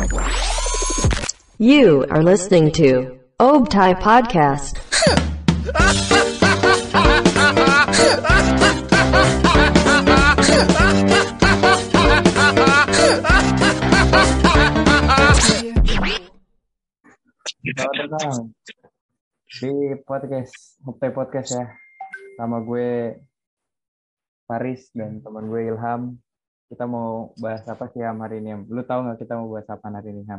You are listening to Obtai Podcast. Selamat datang di Obtai Podcast ya. Sama gue Faris dan teman gue Ilham. Kita mau bahas apa sih Ham hari ini? Ham? Lu tahu nggak kita mau bahas apa hari ini Ham?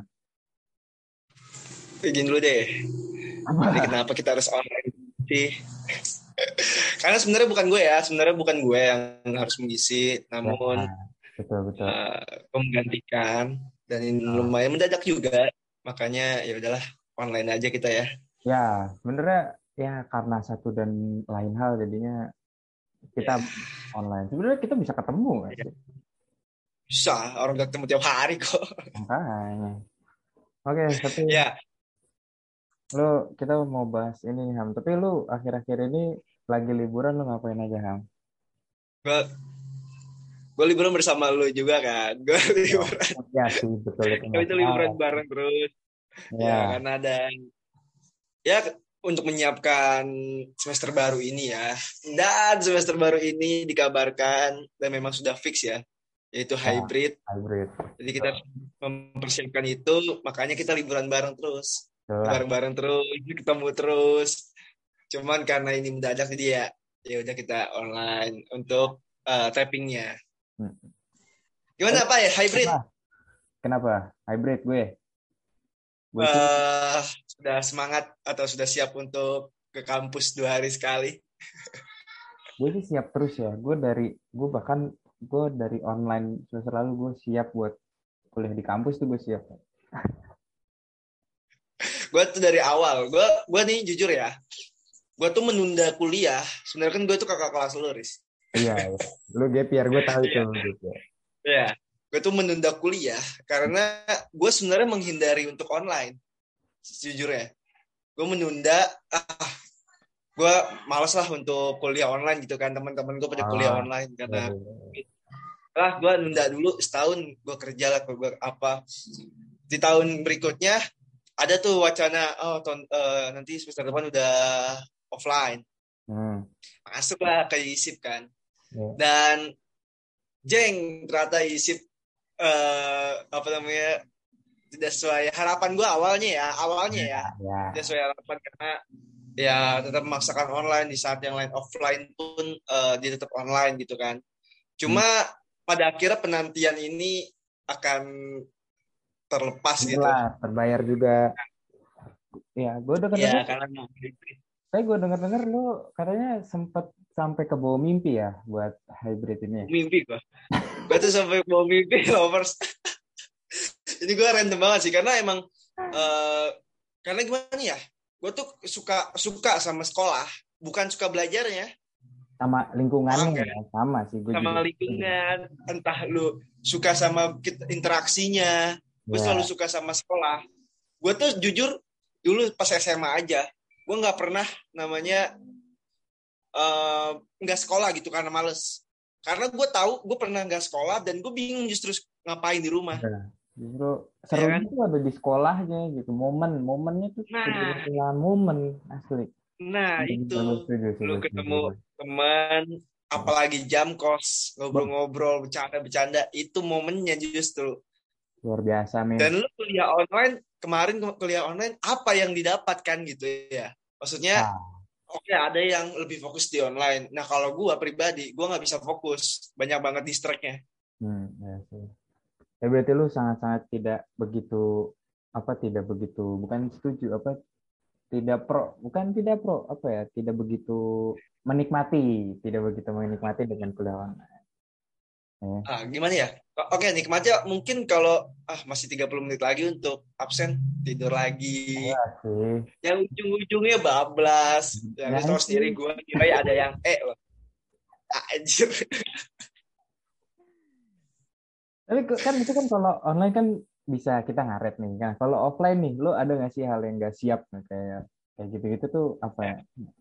Izin dulu deh. Jadi kenapa kita harus online sih? Karena sebenarnya bukan gue yang harus mengisi, namun Betul. gue menggantikan dan ini lumayan mendadak juga. Makanya ya udahlah online aja kita ya. Ya, sebenarnya ya karena satu dan lain hal jadinya kita online. Sebenarnya kita bisa ketemu nggak sih? Bisa, orang gak ketemu tiap hari kok. Makanya. Oke, tapi Ya, kita mau bahas ini Ham. Tapi lu akhir-akhir ini lagi liburan lu ngapain aja Ham? gue liburan bersama lu juga kan. Gue liburan. Ya sih, betul itu. Kita liburan bareng terus. Ya, karena ada ya untuk menyiapkan semester baru ini ya. Dan semester baru ini dikabarkan dan memang sudah fix ya, yaitu hybrid. Jadi kita mempersiapkan itu, makanya kita liburan bareng terus. Bareng-bareng terus, ketemu terus. Cuman karena ini mendadak jadi ya udah kita online untuk tappingnya. Gimana Pak ya hybrid? Kenapa? Hybrid gue sudah semangat atau sudah siap untuk ke kampus 2 hari sekali? Gue sih siap terus ya. Gue dari online semester lalu gue siap buat kuliah di kampus tuh gue siap. Gue tuh dari awal, gue nih jujur ya, gue tuh menunda kuliah. Sebenarnya kan gue tuh kakak kelas lu, Riz. Iya. Lu gap year, gue tahu itu. Iya. Gue tuh menunda kuliah karena gue sebenarnya menghindari untuk online. Sejujurnya, gue menunda. Gue malas lah untuk kuliah online gitu kan. Teman-teman gue pada kuliah online karena gue nunda dulu setahun. Gue kerja lah, gue apa di tahun berikutnya. Ada tuh wacana, nanti semester depan udah offline. Masuklah ke ISIP kan. Dan ternyata ISIP tidak sesuai harapan gue awalnya ya. Tidak sesuai harapan karena ya tetap memaksakan online di saat yang lain offline pun dia tetap online gitu kan. Cuma pada akhirnya penantian ini akan terlepas gitu. Terbayar juga. Ya, gue udah ya, karena saya gue dengar lu katanya sempat sampai ke bawah mimpi ya buat hybrid ini. Mimpi gue tuh sampai ke bawah mimpi lovers. Ini gue random banget sih karena emang karena gimana ya? Gue tuh suka sama sekolah, bukan suka belajarnya. Sama lingkungannya ya, sama sih gue sama juga. Lingkungan, entah lu suka sama interaksinya, gue selalu suka sama sekolah. Gue tuh jujur dulu pas SMA aja, gue nggak pernah namanya nggak sekolah gitu karena males. Karena gue tahu gue pernah nggak sekolah dan gue bingung justru ngapain di rumah. Justru serunya tuh ada di sekolahnya gitu, momennya tuh kehilangan momen asli. Nah itu lu ketemu teman, apalagi jam kos, ngobrol-ngobrol, bercanda itu momennya justru luar biasa men. Dan lu kuliah online kemarin apa yang didapatkan gitu ya? Maksudnya oke, ada yang lebih fokus di online. Nah kalau gue pribadi gue nggak bisa fokus, banyak banget distract-nya. Ya sih. Ya berarti lu sangat-sangat tidak begitu tidak begitu menikmati dengan kuliah online. Gimana ya? Oke, nikmatnya mungkin kalau masih 30 menit lagi untuk absen, tidur lagi. Iya sih. Yang ujung-ujungnya bablas. Lu tahu sendiri gue kira ada yang anjir. Tapi kan itu kan kalau online kan bisa kita ngaret nih. Nah, kalau offline nih, lo ada nggak sih hal yang nggak siap kayak gitu-gitu tuh apa ya?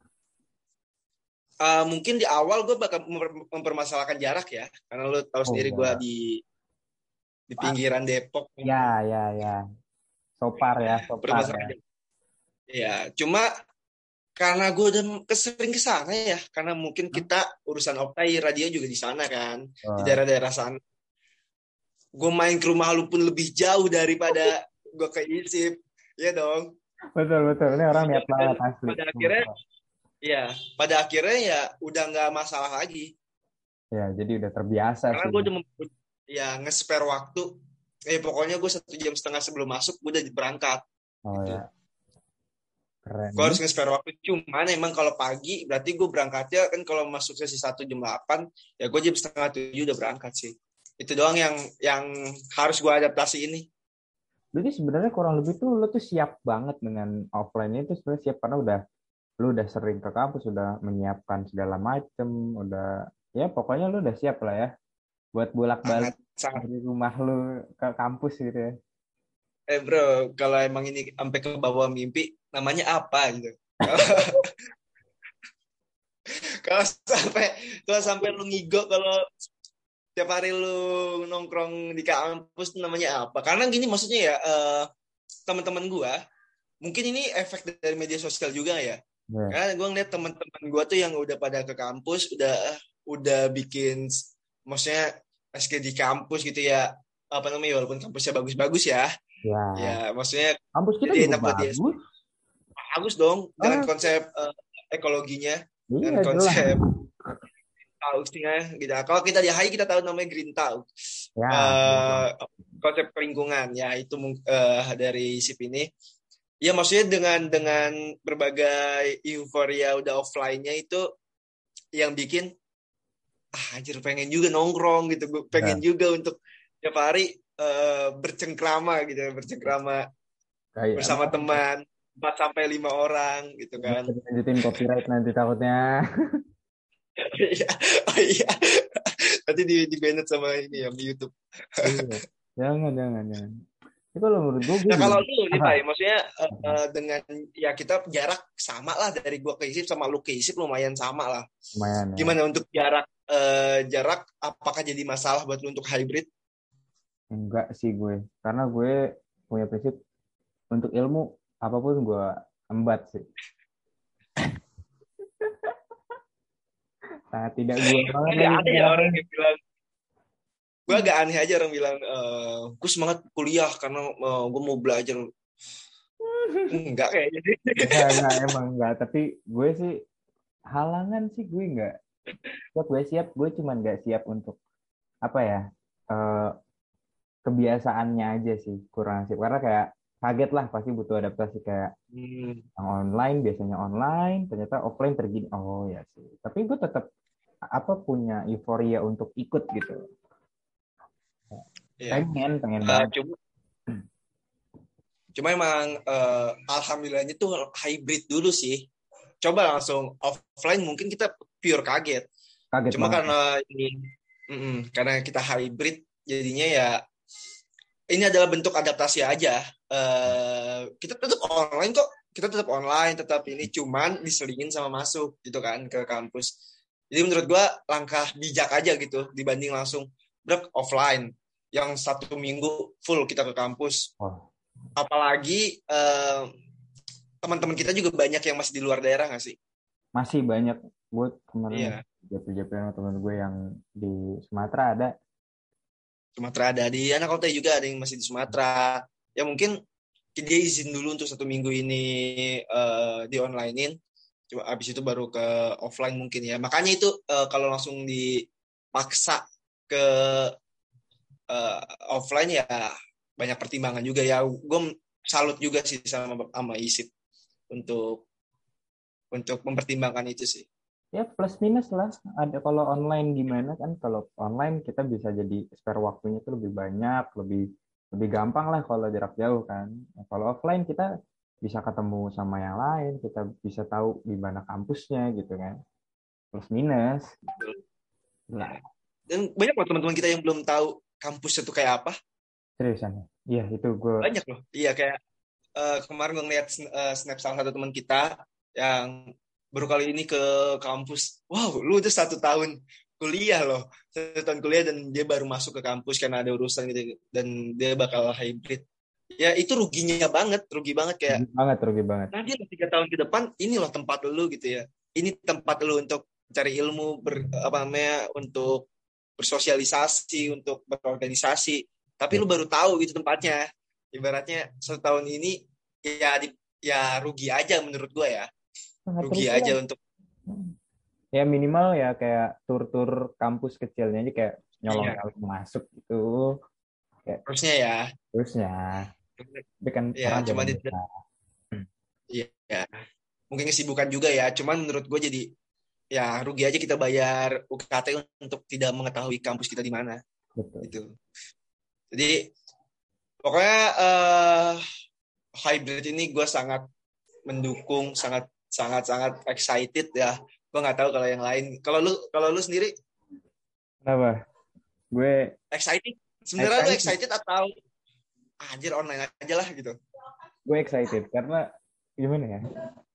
Mungkin di awal gue bakal mempermasalahkan jarak ya, karena lo tahu sendiri gue di pinggiran Depok. Ya. Sopar ya. Bermasalah. Ya, cuma karena gue udah sering ke sana ya, karena mungkin kita urusan optai radio juga di sana kan, di daerah-daerah sana. Gue main ke rumah lu pun lebih jauh daripada gue ke ISIP, ya dong. Betul. Ini orang niat banget asli. Pada akhirnya ya udah nggak masalah lagi. Ya, jadi udah terbiasa. Karena gue udah nge-spare waktu. Pokoknya gue 1,5 jam sebelum masuk gue udah berangkat. Oh gitu. Ya. Keren. Gue harus nge-spare waktu. Cuman emang kalau pagi berarti gue berangkatnya kan kalau masuk sesi 1 jam 8, ya gue jam 6:30 udah berangkat sih. Itu doang yang harus gue adaptasi ini. Jadi sebenarnya kurang lebih tuh lo tuh siap banget dengan offline itu, sebenarnya siap karena lu udah sering ke kampus, udah menyiapkan segala macem, udah ya pokoknya lu udah siap lah ya buat bolak-balik dari rumah lu ke kampus gitu ya. Bro, kalau emang ini sampai ke bawah mimpi, namanya apa gitu? Kalau sampai lu ngigo kalau tiap hari lu nongkrong di kampus itu namanya apa? Karena gini maksudnya ya, teman-teman gua, mungkin ini efek dari media sosial juga ya. Karena gue ngeliat teman-teman gue tuh yang udah pada ke kampus, udah bikin, maksudnya SK di kampus gitu ya, apa namanya, walaupun kampusnya bagus-bagus ya. Ya, maksudnya kampus kita juga bagus. Bagus dong, dengan konsep ekologinya, dan konsep Tauxnya gitu. Kalau kita di HI kita tahu namanya Green Taux. Konsep lingkungan ya itu dari SIP ini. Ya maksudnya dengan berbagai euforia udah offline-nya itu yang bikin anjir pengen juga nongkrong gitu. Gue pengen juga untuk tiap hari bercengkrama bersama teman 4-5 orang gitu kan. Lanjutin copyright nanti takutnya. Iya. Nanti di banned sama ini ya di YouTube. Jangan. Itu kalau menurut gue. Nah kalau lu nih Pak, maksudnya dengan ya kita jarak sama lah dari gue ke ISIP sama lu ke ISIP lumayan sama lah. Lumayan. Gimana untuk jarak apakah jadi masalah buat lu untuk hybrid? Enggak sih gue, karena gue punya prinsip untuk ilmu apapun gue embat sih. Nah, tidak gue banget. Ada ya orang yang bilang. Gue agak aneh aja orang bilang, gue semangat kuliah karena gue mau belajar. Enggak kayaknya sih. Emang enggak. Tapi gue sih, halangan sih gue enggak. Gue siap, gue cuman enggak siap untuk, apa ya, kebiasaannya aja sih, kurang siap. Karena kayak kaget lah, pasti butuh adaptasi kayak yang online, biasanya online, ternyata offline tergini. Oh ya sih. Tapi gue tetap, punya euforia untuk ikut gitu. Pengen banget. Cuma emang alhamdulillahnya tuh hybrid dulu sih. Coba langsung offline mungkin kita pure kaget cuma banget. Karena ini karena kita hybrid jadinya ya ini adalah bentuk adaptasi aja. Kita tetap online kok. Kita tetap online, tetap ini cuman diselingin sama masuk gitu kan ke kampus. Jadi menurut gua langkah bijak aja gitu dibanding langsung offline yang 1 minggu full kita ke kampus. Apalagi teman-teman kita juga banyak yang masih di luar daerah nggak sih? Masih banyak. Gue kemarin jatuh-jatuh teman gue yang di Sumatera ada. Di anak kota juga ada yang masih di Sumatera. Ya mungkin dia izin dulu untuk 1 minggu ini di onlinein. Cuma abis itu baru ke offline mungkin ya. Makanya itu kalau langsung dipaksa ke offline ya banyak pertimbangan juga ya. Gue salut juga sih sama ISIP untuk mempertimbangkan itu sih. Ya plus minus lah. Ada kalau online gimana kan? Kalau online kita bisa jadi spare waktunya itu lebih banyak, lebih gampang lah kalau jarak jauh kan. Nah, kalau offline kita bisa ketemu sama yang lain, kita bisa tahu di mana kampusnya gitu kan. Plus minus. Nah. Dan banyak loh teman-teman kita yang belum tahu kampus itu kayak apa. Seriusan? Iya, itu gue. Banyak loh. Iya, kayak kemarin gue ngeliat snap salah satu teman kita yang baru kali ini ke kampus. Wow, lu udah 1 tahun kuliah loh. 1 tahun kuliah dan dia baru masuk ke kampus karena ada urusan gitu dan dia bakal hybrid. Ya itu rugi banget kayak Rugi banget. nanti 3 tahun ke depan ini loh tempat lu gitu ya. Ini tempat lu untuk cari ilmu untuk bersosialisasi, untuk berorganisasi. Tapi lu baru tahu gitu tempatnya. Ibaratnya 1 tahun ini ya rugi aja menurut gua ya. Sangat Rugi rugi aja lah. untuk Ya minimal ya kayak tur-tur kampus kecilnya aja kayak nyolong masuk gitu. harusnya ya. Terusnya. Tapi kan Ya, orang cuma jangan tidak. bisa. Iya. Mungkin kesibukan juga ya. Cuman menurut gue jadi ya rugi aja kita bayar UKT untuk tidak mengetahui kampus kita di mana. Betul. Gitu. Jadi pokoknya hybrid ini gue sangat mendukung, sangat excited ya. Gue nggak tahu kalau yang lain. Kalau lu sendiri Kenapa? Gue excited? Sebenarnya lu excited atau anjir online aja lah gitu? Gue excited karena gimana ya?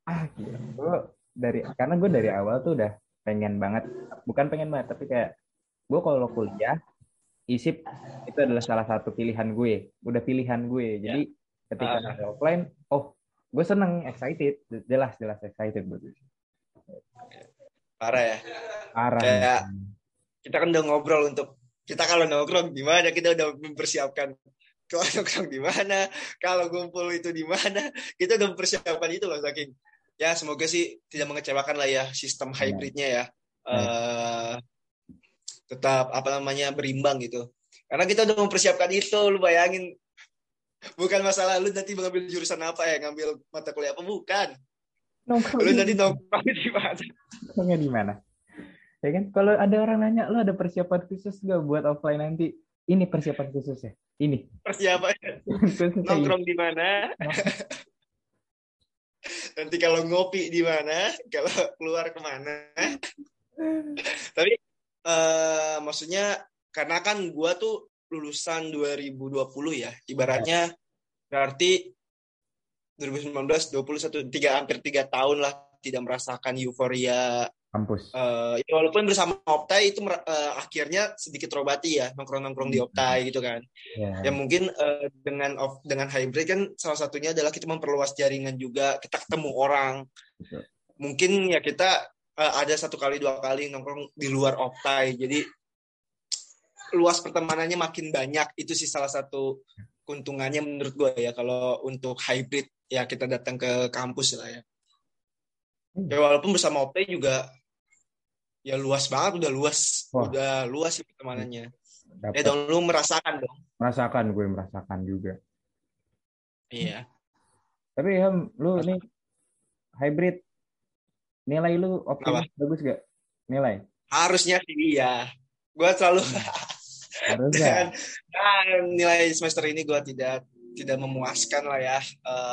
Karena gue dari awal tuh udah bukan pengen banget, tapi kayak gue kalau kuliah ISIP itu adalah salah satu pilihan gue, udah pilihan gue. Jadi ketika ada offline, gue seneng, excited, jelas excited betul. Parah ya. Parah. Kayak kita kan udah ngobrol kita kalau nongkrong di mana, kita udah mempersiapkan kalau nongkrong di mana, kalau ngumpul itu di mana, kita udah mempersiapkan itu loh, saking ya semoga sih tidak mengecewakan lah ya sistem hybridnya ya. Tetap berimbang gitu. Karena kita udah mempersiapkan itu, lu bayangin. Bukan masalah lu nanti mengambil jurusan apa ya, ngambil mata kuliah apa, bukan. Lu nanti nongkrong di mana? Nongkrongnya di mana? Ya kan, kalau ada orang nanya, lu ada persiapan khusus gak buat offline nanti? Ini persiapan khusus ya? Ini. Persiapan. Nongkrong di mana? Nanti kalau ngopi di mana? Kalau keluar kemana? Tapi maksudnya karena kan gua tuh lulusan 2020 ya. Ibaratnya berarti 2019, 21, hampir 3 tahun lah tidak merasakan euforia kampus. Ya walaupun bersama Optai itu akhirnya sedikit terobati ya, nongkrong-nongkrong di Optai gitu kan. Ya mungkin dengan hybrid kan salah satunya adalah kita memperluas jaringan juga, kita ketemu orang. Mungkin ya kita ada 1 kali 2 kali nongkrong di luar Optai, jadi luas pertemanannya makin banyak. Itu sih salah satu keuntungannya menurut gue ya kalau untuk hybrid ya, kita datang ke kampus lah ya. Ya walaupun bersama Optai juga ya luas banget, udah luas sih pertemanannya. Ya dong, lu merasakan dong. Gue merasakan juga. Iya. Tapi lu nih hybrid, nilai lu optimis bagus gak? Nilai? Harusnya sih iya. Gue selalu dengan nilai semester ini gue tidak memuaskan lah ya.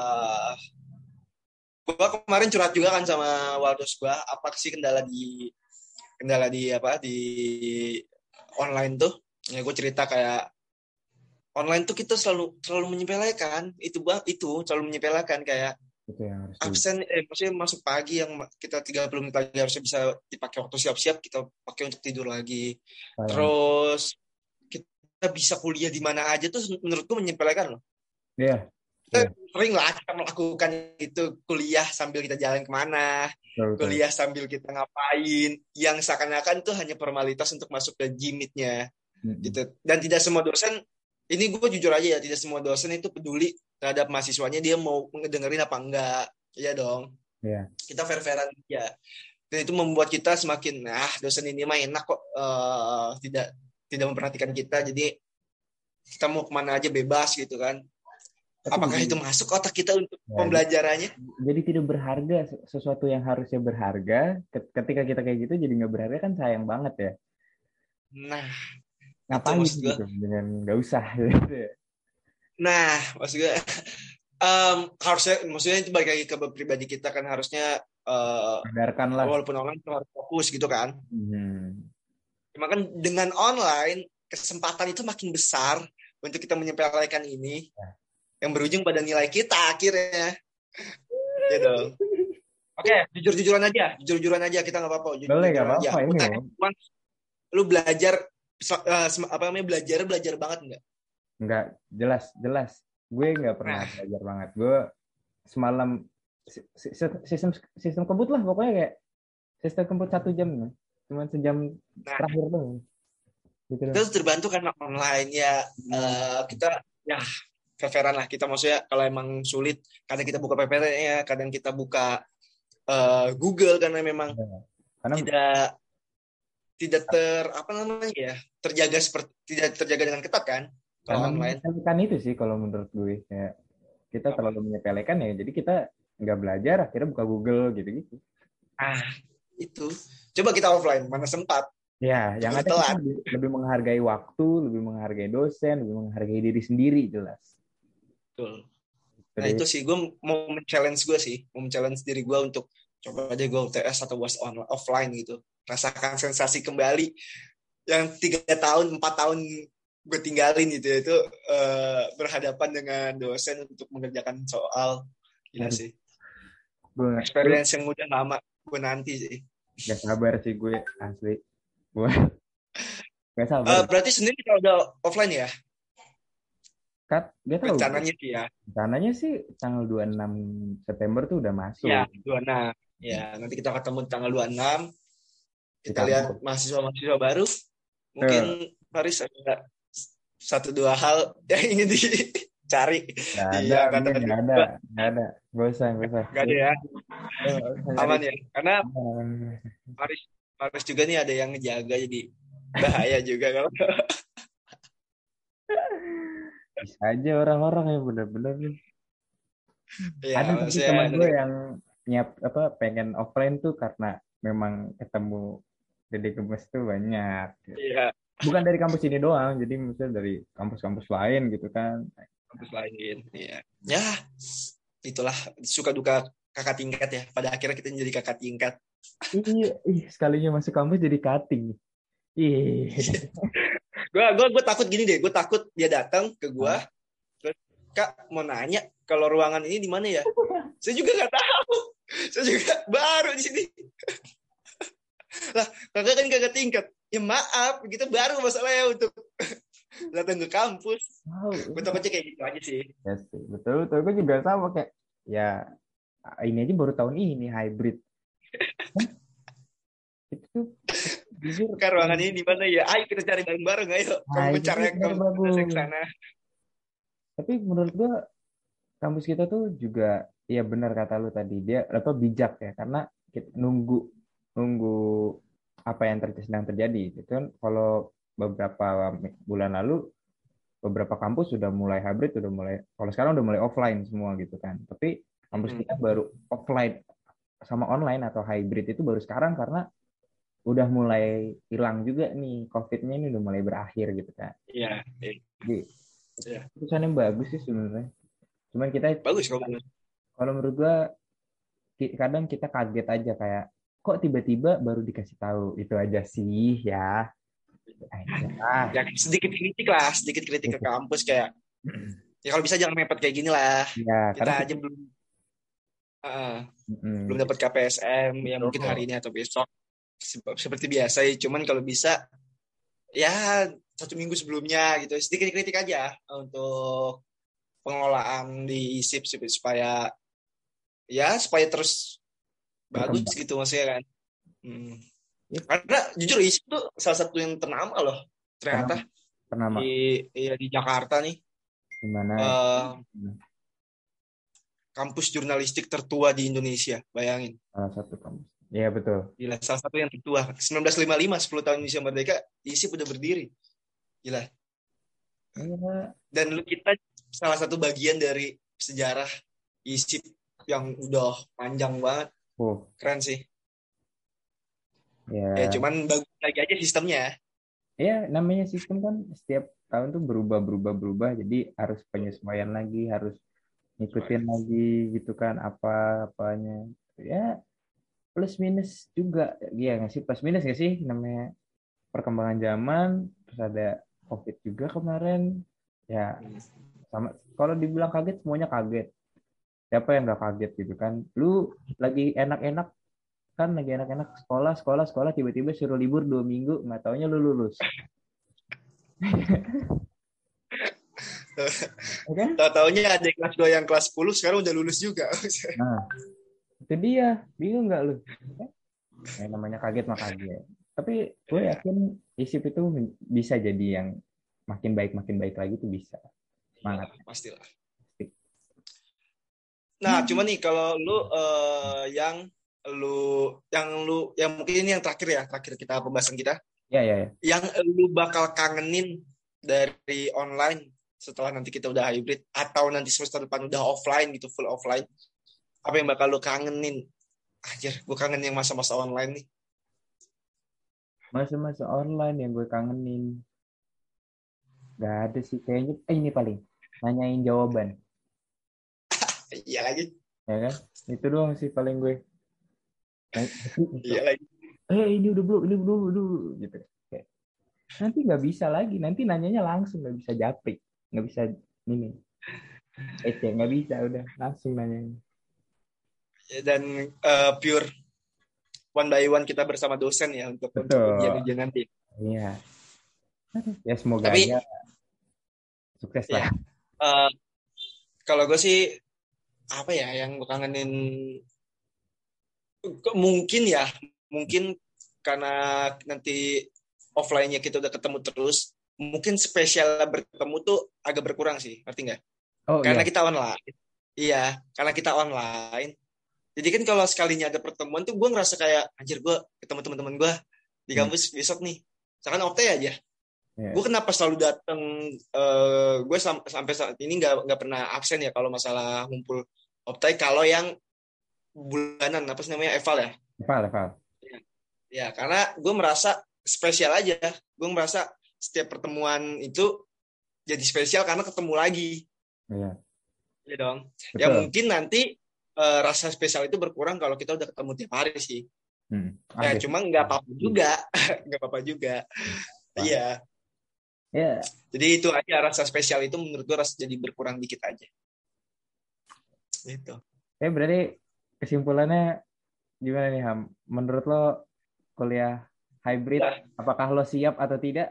Gue kemarin curhat juga kan sama Waldos gue, apa sih kendala di online tuh. Ya gue cerita kayak online tuh kita selalu menyepelekan itu selalu menyepelekan kayak absen, maksudnya masuk pagi yang kita 30 menit lagi harusnya bisa dipakai waktu siap-siap, kita pakai untuk tidur lagi. Terus kita bisa kuliah di mana aja tuh menurutku menyepelekan loh. Iya. Kita sering lah kita melakukan itu, kuliah sambil kita jalan kemana, kuliah sambil kita ngapain, yang seakan-akan itu hanya formalitas untuk masuk ke gymnya gitu. Dan tidak semua dosen, ini gue jujur aja ya, tidak semua dosen itu peduli terhadap mahasiswanya, dia mau ngedengerin apa enggak. Iya dong. Iya. Kita fair-fairan aja. Dan itu membuat kita semakin, dosen ini mah enak kok, tidak memperhatikan kita, jadi kita mau kemana aja bebas gitu kan. Apakah itu masuk otak kita untuk pembelajarannya? Jadi tidak berharga, sesuatu yang harusnya berharga, ketika kita kayak gitu jadi nggak berharga, kan sayang banget ya. Nah, ngapain gitu dengan nggak usah gitu ya. Nah, maksud gue harusnya, maksudnya itu balik lagi ke pribadi kita kan, harusnya sadarkan lah. Walaupun online itu harus fokus gitu kan. Cuma kan dengan online kesempatan itu makin besar untuk kita menyepelekan ini. Yang berujung pada nilai kita akhirnya. Ya dong. Oke, jujur-jujuran aja kita nggak apa-apa. Boleh nggak apa-apa ini. lu belajar belajar banget nggak? Nggak, jelas. Gue nggak pernah Nah, belajar banget. Gue semalam sistem kebut lah pokoknya, kayak sistem kebut 1 jam, cuma sejam nah terakhir dong gitu kita dong. tuh terbantu karena online ya. Kita ya fair-fairan lah kita, maksudnya kalau emang sulit kadang kita buka PPT-nya, kadang kita buka Google karena memang Karena tidak tidak apa namanya ya, tidak terjaga dengan ketat kan kalau online. menyepelekan itu sih kalau menurut gue, kayak kita Apa? terlalu menyepelekan ya, jadi kita nggak belajar akhirnya buka Google gitu-gitu. Ah, itu. Coba kita offline, mana sempat. Ya, yang Keburu ada kita telat. lebih menghargai waktu, lebih menghargai dosen, lebih menghargai diri sendiri, jelas. Betul. Nah Jadi itu sih, gue mau men-challenge diri gue untuk coba aja gue UTS atau UAS offline gitu. Rasakan sensasi kembali yang 3 tahun, 4 tahun gue tinggalin gitu ya, itu berhadapan dengan dosen untuk mengerjakan soal. Gila sih. gue Experience yang udah lama gue nanti sih. nggak sabar sih gue, asli. Gue nggak sabar. Berarti sendiri kita udah offline ya? Nggak tahu. Rencananya sih ya. Rencananya sih tanggal 26 September tuh udah masuk. Ya, 26. Ya, nanti kita ketemu di tanggal 26. Kita Kita lihat mahasiswa-mahasiswa baru. Mungkin Faris ada 1-2 hal yang ingin dicari di angkatan nggak kedua. ada. Gak usah. Gak ada ya. Aman ya. Karena Faris juga nih ada yang ngejaga, jadi bahaya juga kalau. Bisa aja orang-orang yang bener-bener nih. Ya, Ada tapi maksudnya teman gue nanti. yang pengen offline tuh karena memang ketemu Dede Gemes tuh banyak. Iya, Bukan dari kampus ini doang, jadi misalnya dari kampus-kampus lain gitu kan. kampus lain. Iya. Ya, itulah suka duka kakak tingkat ya. Pada akhirnya kita jadi kakak tingkat. Iya, sekalinya masuk kampus jadi cutting. Ih. Gue takut gini deh. Gue takut dia datang ke gue. Terus, Kak, mau nanya kalau ruangan ini di mana ya? Saya juga nggak tahu. Saya juga baru di sini. Lah, kakak kan kakak tingkat. Ya maaf, kita baru masalahnya untuk datang ke kampus. Gue takutnya kayak gitu aja sih. Ya sih, betul. Gue juga sama kayak, ya ini aja baru tahun ini hybrid. Itu tuh jujur. Kak, ruangan ini di mana ya? Ayo kita cari bareng-bareng. Ayo, kamu mencari yang kamu saya ke sana. Tapi menurut gue kampus kita tuh juga, ya benar kata lu tadi, dia bijak ya, karena kita nunggu apa yang sedang terjadi gitu kan. Kalau beberapa bulan lalu beberapa kampus sudah mulai hybrid, kalau sekarang udah mulai offline semua gitu kan. Tapi kampus kita baru offline sama online atau hybrid itu baru sekarang, karena udah mulai hilang juga nih, COVID-nya ini udah mulai berakhir gitu kan. Iya. Jadi keputusan yang bagus sih sebenarnya. Cuman kita bagus kalau menurut gua kadang kita kaget aja, kayak kok tiba-tiba baru dikasih tahu, itu aja sih ya. Ya sedikit kritik ke kampus, kayak ya kalau bisa jangan mepet kayak gini lah. Ya, kita aja belum dapat KPSM yang mungkin hari ini atau besok seperti biasa ya. Cuman kalau bisa ya 1 minggu sebelumnya gitu, sedikit kritik aja untuk pengelolaan di ISIP supaya terus bagus gitu maksudnya kan. Karena jujur ISIP tuh salah satu yang ternama loh ternyata di Jakarta nih. Gimana? Kampus jurnalistik tertua di Indonesia, bayangin. Salah satu kampus. Iya betul. Gila, salah satu yang tertua. 1955, 10 tahun Indonesia merdeka, ISIP udah berdiri. Gila. Dan kita salah satu bagian dari sejarah ISIP yang udah panjang banget. Keren sih. Ya cuman bagus lagi aja sistemnya. Ya namanya sistem kan setiap tahun tuh berubah. Jadi harus penyesuaian lagi, harus ngikutin lagi gitu kan, apanya. Ya plus minus juga. Iya nggak sih, plus minus nggak sih, namanya perkembangan zaman. Terus ada COVID juga kemarin. Ya sama, kalau dibilang kaget semuanya kaget. Siapa yang nggak kaget gitu kan? Lu lagi enak-enak kan lagi enak-enak sekolah tiba-tiba suruh libur 2 minggu, nggak taunya lu lulus. Oke? Tahu-taunya ada kelas 2 yang kelas 10 sekarang udah lulus juga. Nah, itu dia. Bingung nggak lu? Namanya kaget mah kaget. Tapi gue yakin ISIP itu bisa jadi yang makin baik lagi tuh bisa. Semangat. Pastilah. Nah, cuma nih kalau lu yang mungkin ini yang terakhir kita pembahasan kita. Ya. Yang lu bakal kangenin dari online setelah nanti kita udah hybrid atau nanti semester depan udah offline gitu, full offline. Apa yang bakal lu kangenin? Anjir, gue kangen yang masa-masa online nih. Masa-masa online yang gue kangenin. Gak ada sih kayaknya. Ini paling nanyain jawaban. Iya lagi. Ya kan? Itu doang sih paling gue. Iya lagi. Ini udah belum gitu. Kayak, nanti nggak bisa lagi. Nanti nanyanya langsung, nggak bisa japrik, nggak bisa ini. Nggak bisa, udah langsung nanyanya. Dan pure one by one kita bersama dosen ya untuk ujian-ujian nanti. Iya. Ya semoga aja sukses lah. Kalau gue sih apa ya yang gue kangenin, mungkin karena nanti offline-nya kita udah ketemu terus, mungkin spesial bertemu tuh agak berkurang sih, ngerti nggak? Karena kita online. Iya, karena kita online. Jadi kan kalau sekalinya ada pertemuan tuh gue ngerasa kayak anjir, gue ketemu teman-teman gue di kampus besok nih. Misalkan Opte aja. Gue kenapa selalu datang, gue sampai saat ini nggak pernah absen ya kalau masalah ngumpul Optai. Kalau yang bulanan apa sih namanya, eval ya? Eval. Ya, karena gue merasa spesial aja. Gue merasa setiap pertemuan itu jadi spesial karena ketemu lagi. Iya dong. Betul. Ya mungkin nanti rasa spesial itu berkurang kalau kita udah ketemu tiap hari sih. Ya cuma nggak apa-apa juga. Iya. Yeah. Jadi itu aja, rasa spesial itu menurut gue jadi berkurang dikit aja. Gitu. Berarti kesimpulannya gimana nih Ham? Menurut lo kuliah hybrid, apakah lo siap atau tidak?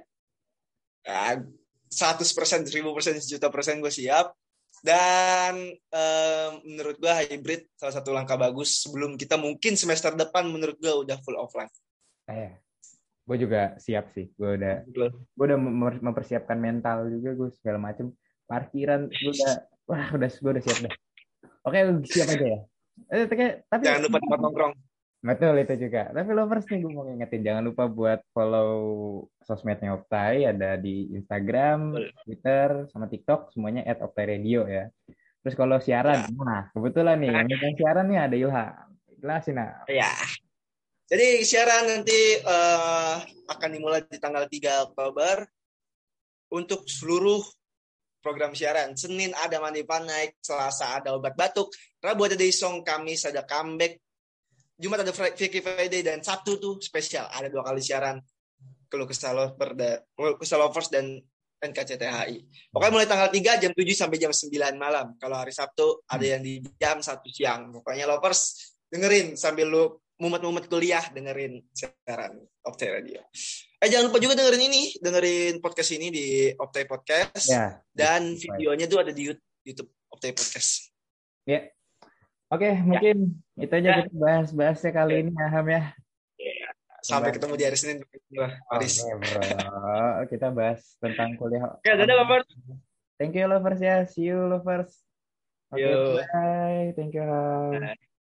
100%, 1000%, 1.000.000% gue siap. Dan menurut gue hybrid salah satu langkah bagus sebelum kita mungkin semester depan menurut gue udah full offline. Gue juga siap sih. Gue udah mempersiapkan mental juga, gue segala macem. Parkiran gue udah siap deh. Oke, siap aja ya. Tapi jangan lupa tempat nongkrong. Betul itu juga. Tapi lovers nih gue mau ngingetin, jangan lupa buat follow sosmednya Optai, ada di Instagram, Twitter, sama TikTok, semuanya @optai_radio ya. Terus kalau siaran, nah kebetulan nih yang megang siaran nih ada Ilham. Jelasin nah. Ya. Jadi siaran nanti akan dimulai di tanggal 3 Oktober untuk seluruh program siaran. Senin ada Mandi Naik, Selasa ada Obat Batuk, Rabu ada Daysong, Kamis ada Comeback, Jumat ada Freaky Friday, dan Sabtu tuh spesial. Ada 2 kali siaran. Keluh Kesah Lovers dan NKCTHI. Pokoknya mulai tanggal 3 jam 7 sampai jam 9 malam. Kalau hari Sabtu ada yang di jam 1 siang. Pokoknya lovers dengerin sambil lu mumet-mumet kuliah, dengerin siaran Optai Radio. Jangan lupa juga dengerin podcast ini di Optai Podcast. Ya, dan videonya tuh ada di YouTube Optai Podcast. Ya. Oke, mungkin itu aja kita bahasnya kali ini ya, Ham ya. Sampai ketemu di hari Senin. Paris. Bro. Kita bahas tentang kuliah. Oke, dadah lovers. Thank you lovers ya. See you lovers. Oke, bye. Thank you.